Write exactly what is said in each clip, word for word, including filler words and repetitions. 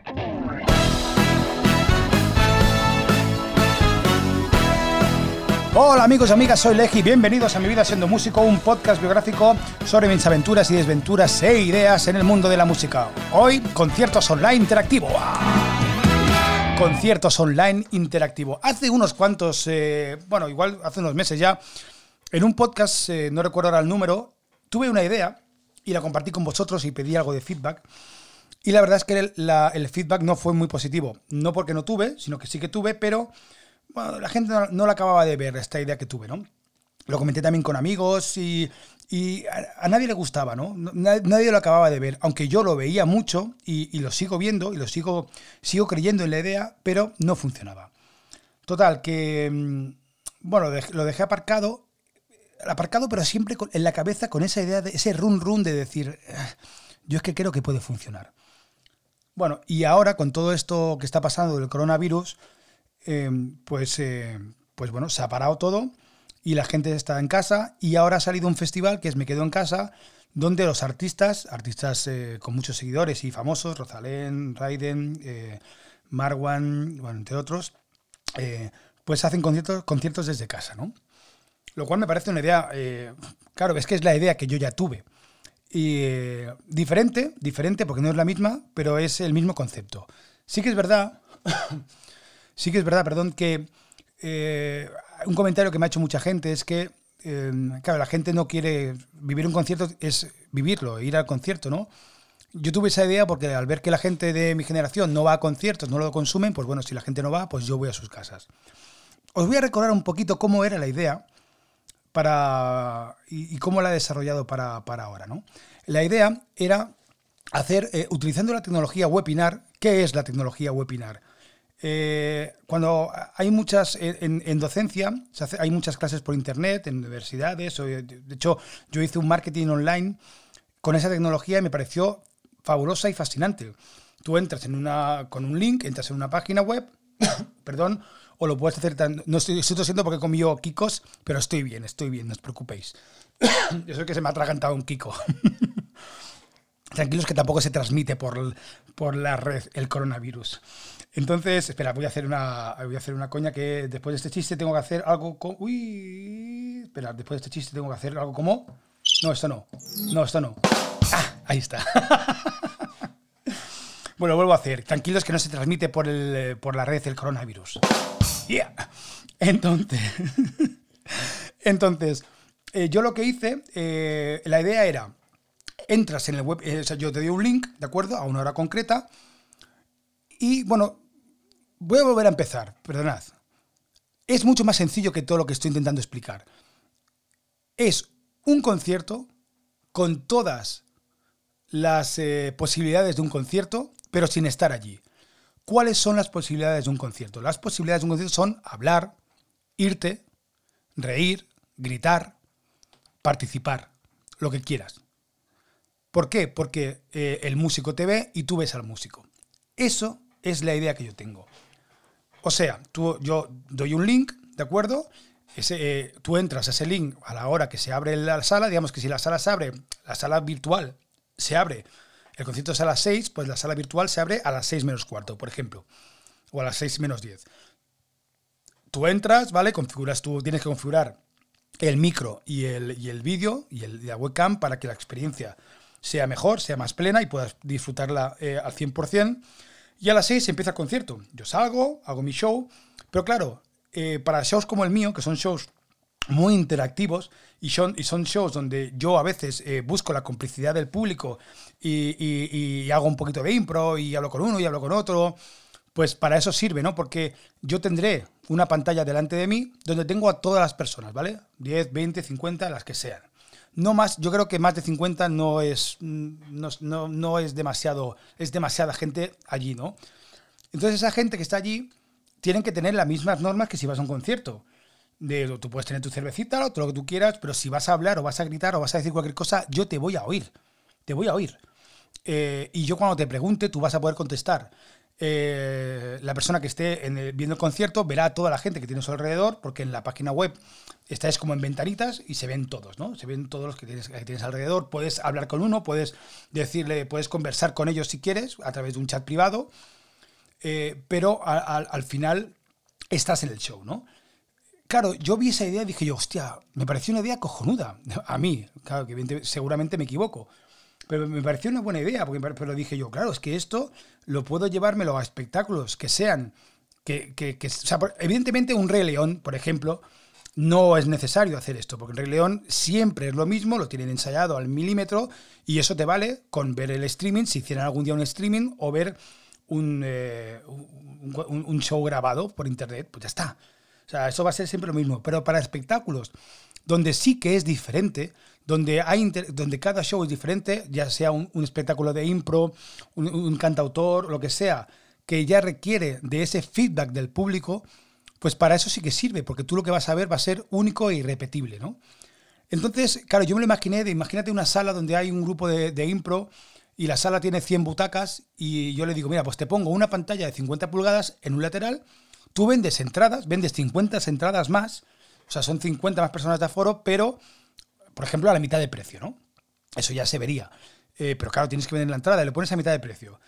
Hola amigos y amigas, soy Leji, bienvenidos a Mi Vida Siendo Músico, un podcast biográfico sobre mis aventuras y desventuras e ideas en el mundo de la música. Hoy, conciertos online interactivo. ¡Ah! Conciertos online interactivo. Hace unos cuantos, eh, bueno, igual hace unos meses ya, en un podcast, eh, no recuerdo ahora el número, tuve una idea y la compartí con vosotros y pedí algo de feedback. Y la verdad es que el, la, el feedback no fue muy positivo. No porque no tuve, sino que sí que tuve, pero... bueno, la gente no, no la acababa de ver, esta idea que tuve, ¿no? Lo comenté también con amigos y, y a, a nadie le gustaba, ¿no? Nadie, nadie lo acababa de ver, aunque yo lo veía mucho y, y lo sigo viendo y lo sigo, sigo creyendo en la idea, pero no funcionaba. Total, que, bueno, lo dejé aparcado, aparcado, pero siempre con, en la cabeza con esa idea, de ese run run de decir, yo es que creo que puede funcionar. Bueno, y ahora con todo esto que está pasando del coronavirus, Eh, pues, eh, pues bueno, se ha parado todo y la gente está en casa y ahora ha salido un festival que es Me Quedo en Casa, donde los artistas, artistas eh, con muchos seguidores y famosos, Rosalén, Raiden, eh, Marwan, bueno, entre otros, eh, pues hacen conciertos, conciertos desde casa, ¿no? Lo cual me parece una idea, eh, claro, es que es la idea que yo ya tuve. Y eh, diferente, diferente porque no es la misma, pero es el mismo concepto. Sí que es verdad... Sí que es verdad, perdón, que eh, un comentario que me ha hecho mucha gente es que, eh, claro, la gente no quiere vivir un concierto, es vivirlo, ir al concierto, ¿no? Yo tuve esa idea porque al ver que la gente de mi generación no va a conciertos, no lo consumen, pues bueno, si la gente no va, pues yo voy a sus casas. Os voy a recordar un poquito cómo era la idea para y, y cómo la he desarrollado para, para ahora, ¿no? La idea era hacer, eh, utilizando la tecnología webinar. ¿Qué es la tecnología webinar? Eh, cuando hay muchas en, en docencia se hace, hay muchas clases por internet en universidades, o, de hecho yo hice un marketing online con esa tecnología y me pareció fabulosa y fascinante. Tú entras en una con un link, entras en una página web perdón, o lo puedes hacer tan, no estoy, estoy tosiendo porque he comido quicos, pero estoy bien, estoy bien, no os preocupéis. Yo sé que se me ha atragantado un quico. Tranquilos que tampoco se transmite por, por la red el coronavirus. Entonces, espera, voy a hacer una voy a hacer una coña que después de este chiste tengo que hacer algo como... Uy, espera, después de este chiste tengo que hacer algo como... No, esto no. No, esto no. Ah, ahí está. Bueno, vuelvo a hacer. Tranquilos que no se transmite por, el, por la red el coronavirus. Yeah. Entonces... Entonces, eh, yo lo que hice, eh, la idea era... Entras en el web, eh, o sea, yo te doy un link, ¿de acuerdo? A una hora concreta. Y, bueno, voy a volver a empezar, perdonad. Es mucho más sencillo que todo lo que estoy intentando explicar. Es un concierto con todas las eh, posibilidades de un concierto, pero sin estar allí. ¿Cuáles son las posibilidades de un concierto? Las posibilidades de un concierto son hablar, irte, reír, gritar, participar, lo que quieras. ¿Por qué? Porque eh, el músico te ve y tú ves al músico. Eso es la idea que yo tengo. O sea, tú, yo doy un link, ¿de acuerdo? Ese, eh, tú entras a ese link a la hora que se abre la sala. Digamos que si la sala se abre, la sala virtual se abre, el concierto es a las seis, pues la sala virtual se abre a las seis menos cuarto, por ejemplo. O a las seis menos diez. Tú entras, ¿vale? Configuras, tú tienes que configurar el micro y el, y el vídeo y, el, y la webcam para que la experiencia sea mejor, sea más plena y puedas disfrutarla eh, al cien por ciento. Y a las seis empieza el concierto. Yo salgo, hago mi show, pero claro, eh, para shows como el mío, que son shows muy interactivos y son, y son shows donde yo a veces eh, busco la complicidad del público y, y, y hago un poquito de impro y hablo con uno y hablo con otro, pues para eso sirve, ¿no? Porque yo tendré una pantalla delante de mí donde tengo a todas las personas, ¿vale? diez, veinte, cincuenta, las que sean. No más, yo creo que más de cincuenta no es, no, no, no es demasiado, es demasiada gente allí, ¿no? Entonces esa gente que está allí tienen que tener las mismas normas que si vas a un concierto. De, tú puedes tener tu cervecita o todo lo que tú quieras, pero si vas a hablar o vas a gritar o vas a decir cualquier cosa, yo te voy a oír, te voy a oír. Eh, y yo cuando te pregunte, tú vas a poder contestar. Eh, la persona que esté en el, viendo el concierto verá a toda la gente que tiene a su alrededor, porque en la página web estáis como en ventanitas y se ven todos, ¿no? Se ven todos los que tienes, que tienes alrededor. Puedes hablar con uno, puedes decirle, puedes conversar con ellos si quieres a través de un chat privado. eh, pero a, a, al final estás en el show, ¿no? Claro, yo vi esa idea y dije yo, hostia, me pareció una idea cojonuda. A mí, claro, que seguramente me equivoco. Pero me pareció una buena idea, porque pero dije yo, claro, es que esto lo puedo llevármelo a espectáculos que sean, que, que, que o sea, evidentemente un Rey León, por ejemplo, no es necesario hacer esto, porque en Rey León siempre es lo mismo, lo tienen ensayado al milímetro y eso te vale con ver el streaming, si hicieran algún día un streaming, o ver un, eh, un, un, un show grabado por internet, pues ya está. O sea, eso va a ser siempre lo mismo. Pero para espectáculos donde sí que es diferente, donde, hay inter- donde cada show es diferente, ya sea un, un espectáculo de impro, un, un cantautor, lo que sea, que ya requiere de ese feedback del público, pues para eso sí que sirve, porque tú lo que vas a ver va a ser único e irrepetible, ¿no? Entonces, claro, yo me lo imaginé, de, imagínate una sala donde hay un grupo de, de impro y la sala tiene cien butacas y yo le digo, mira, pues te pongo una pantalla de cincuenta pulgadas en un lateral, tú vendes entradas, vendes cincuenta entradas más, o sea, son cincuenta más personas de aforo, pero, por ejemplo, a la mitad de precio, ¿no? Eso ya se vería. Eh, pero claro, tienes que vender la entrada y le pones a mitad de precio.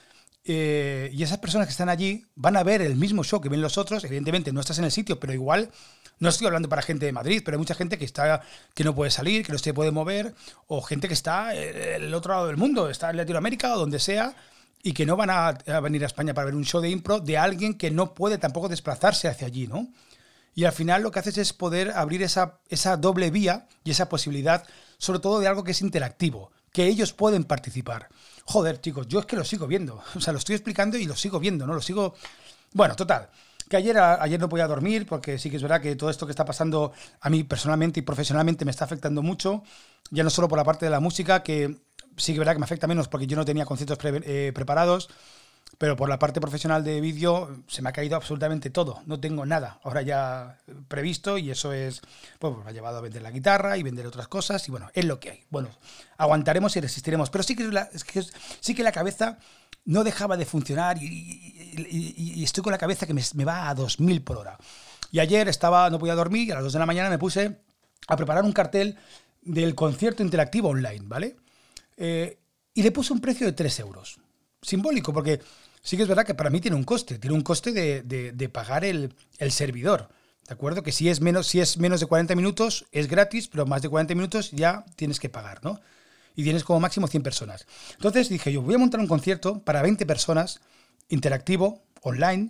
Eh, y esas personas que están allí van a ver el mismo show que ven los otros. Evidentemente no estás en el sitio, pero igual, no estoy hablando para gente de Madrid, pero hay mucha gente que está que no puede salir, que no se puede mover, o gente que está en el otro lado del mundo, está en Latinoamérica o donde sea, y que no van a, a venir a España para ver un show de impro de alguien que no puede tampoco desplazarse hacia allí, ¿no? Y al final lo que haces es poder abrir esa, esa doble vía y esa posibilidad, sobre todo de algo que es interactivo, que ellos pueden participar. Joder, chicos, yo es que lo sigo viendo. O sea, lo estoy explicando y lo sigo viendo, ¿no? Lo sigo... Bueno, total. Que ayer, ayer no podía dormir porque sí que es verdad que todo esto que está pasando a mí personalmente y profesionalmente me está afectando mucho. Ya no solo por la parte de la música, que sí que es verdad que me afecta menos porque yo no tenía conciertos pre- eh, preparados, pero por la parte profesional de vídeo se me ha caído absolutamente todo. No tengo nada ahora ya previsto y eso es, pues me ha llevado a vender la guitarra y vender otras cosas y bueno, es lo que hay. Bueno, aguantaremos y resistiremos, pero sí que, la, es que sí que la cabeza no dejaba de funcionar y, y, y, y estoy con la cabeza que me, me va a dos mil por hora. Y ayer estaba, no podía dormir y a las dos de la mañana me puse a preparar un cartel del concierto interactivo online, ¿vale? Eh, y le puse un precio de tres euros. Simbólico, porque sí que es verdad que para mí tiene un coste, tiene un coste de, de, de pagar el, el servidor, ¿de acuerdo? Que si es, menos, si es menos de cuarenta minutos es gratis, pero más de cuarenta minutos ya tienes que pagar, ¿no? Y tienes como máximo cien personas. Entonces dije yo, voy a montar un concierto para veinte personas, interactivo, online,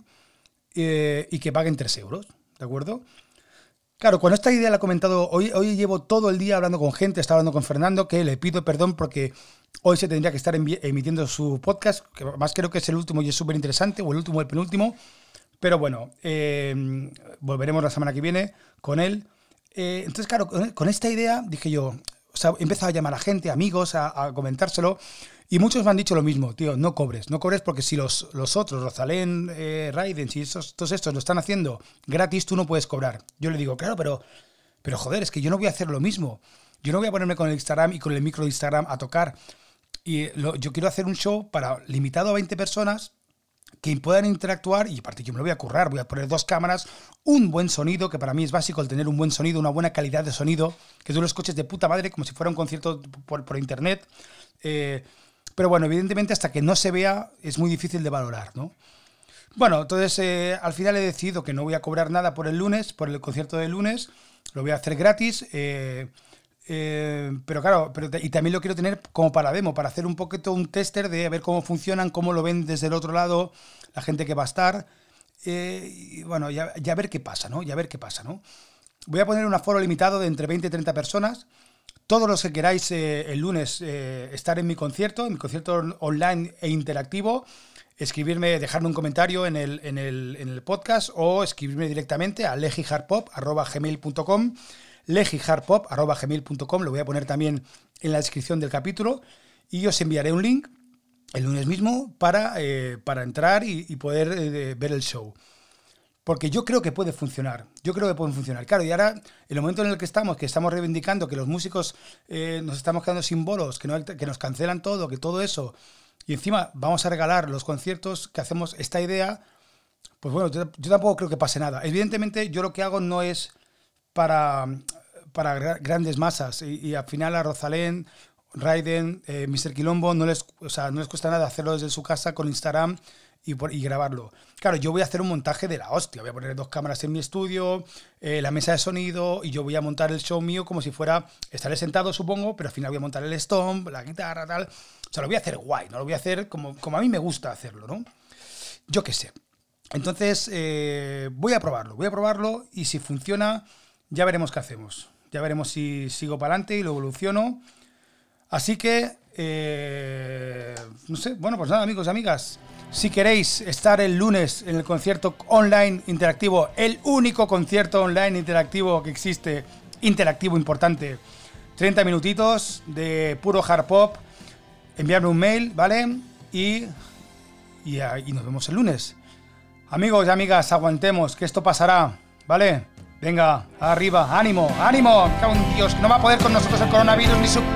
eh, y que paguen tres euros, ¿de acuerdo? Claro, cuando esta idea la he comentado, hoy, hoy llevo todo el día hablando con gente, estaba hablando con Fernando, que le pido perdón porque hoy se tendría que estar envi- emitiendo su podcast, que más creo que es el último y es súper interesante, o el último o el penúltimo, pero bueno, eh, volveremos la semana que viene con él. Eh, entonces, claro, con, con esta idea dije yo, o sea, he empezado a llamar a gente, amigos, a, a comentárselo, y muchos me han dicho lo mismo, tío, no cobres, no cobres porque si los, los otros, Rosalén, eh, Raiden, si esos, todos estos lo están haciendo gratis, tú no puedes cobrar. Yo le digo, claro, pero, pero joder, es que yo no voy a hacer lo mismo. Yo no voy a ponerme con el Instagram y con el micro de Instagram a tocar. Y lo, yo quiero hacer un show para limitado a veinte personas que puedan interactuar y aparte yo me lo voy a currar, voy a poner dos cámaras, un buen sonido, que para mí es básico el tener un buen sonido, una buena calidad de sonido, que tú lo escuches de puta madre como si fuera un concierto por, por internet. Eh, pero bueno, evidentemente hasta que no se vea es muy difícil de valorar, ¿no? Bueno, entonces eh, al final he decidido que no voy a cobrar nada por el lunes, por el concierto del lunes, lo voy a hacer gratis, eh, eh, pero claro, pero, y también lo quiero tener como para demo, para hacer un poquito un tester de ver cómo funcionan, cómo lo ven desde el otro lado, la gente que va a estar, eh, y bueno, ya, ya ver qué pasa, ¿no? Ya ver qué pasa, ¿no? Voy a poner un aforo limitado de entre veinte y treinta personas. Todos los que queráis eh, el lunes eh, estar en mi concierto, en mi concierto online e interactivo, escribirme, dejarme un comentario en el, en el, en el podcast o escribirme directamente a legihardpop arroba gmail punto com, legihardpop arroba gmail punto com, lo voy a poner también en la descripción del capítulo y os enviaré un link el lunes mismo para, eh, para entrar y, y poder eh, ver el show. Porque yo creo que puede funcionar, yo creo que puede funcionar. Claro, y ahora, en el momento en el que estamos, que estamos reivindicando que los músicos eh, nos estamos quedando sin bolos, que, no, que nos cancelan todo, que todo eso, y encima vamos a regalar los conciertos que hacemos esta idea, pues bueno, yo, yo tampoco creo que pase nada. Evidentemente, yo lo que hago no es para, para grandes masas, y, y al final a Rosalén, Raiden, eh, mister Quilombo, no les, o sea, no les cuesta nada hacerlo desde su casa con Instagram y, por, y grabarlo. Claro, yo voy a hacer un montaje de la hostia. Voy a poner dos cámaras en mi estudio, eh, la mesa de sonido, y yo voy a montar el show mío como si fuera... Estaré sentado, supongo, pero al final voy a montar el stomp, la guitarra, tal... O sea, lo voy a hacer guay, no lo voy a hacer como, como a mí me gusta hacerlo, ¿no? Yo qué sé. Entonces, eh, voy a probarlo, voy a probarlo y si funciona, ya veremos qué hacemos. Ya veremos si sigo para adelante y lo evoluciono. Así que, eh, no sé, bueno, pues nada, amigos y amigas. Si queréis estar el lunes en el concierto online interactivo, el único concierto online interactivo que existe, interactivo importante, treinta minutitos de puro hard pop, enviarme un mail, ¿vale? Y, y, y nos vemos el lunes. Amigos y amigas, aguantemos, que esto pasará, ¿vale? Venga, arriba, ánimo, ánimo, cago en Dios, que no va a poder con nosotros el coronavirus ni su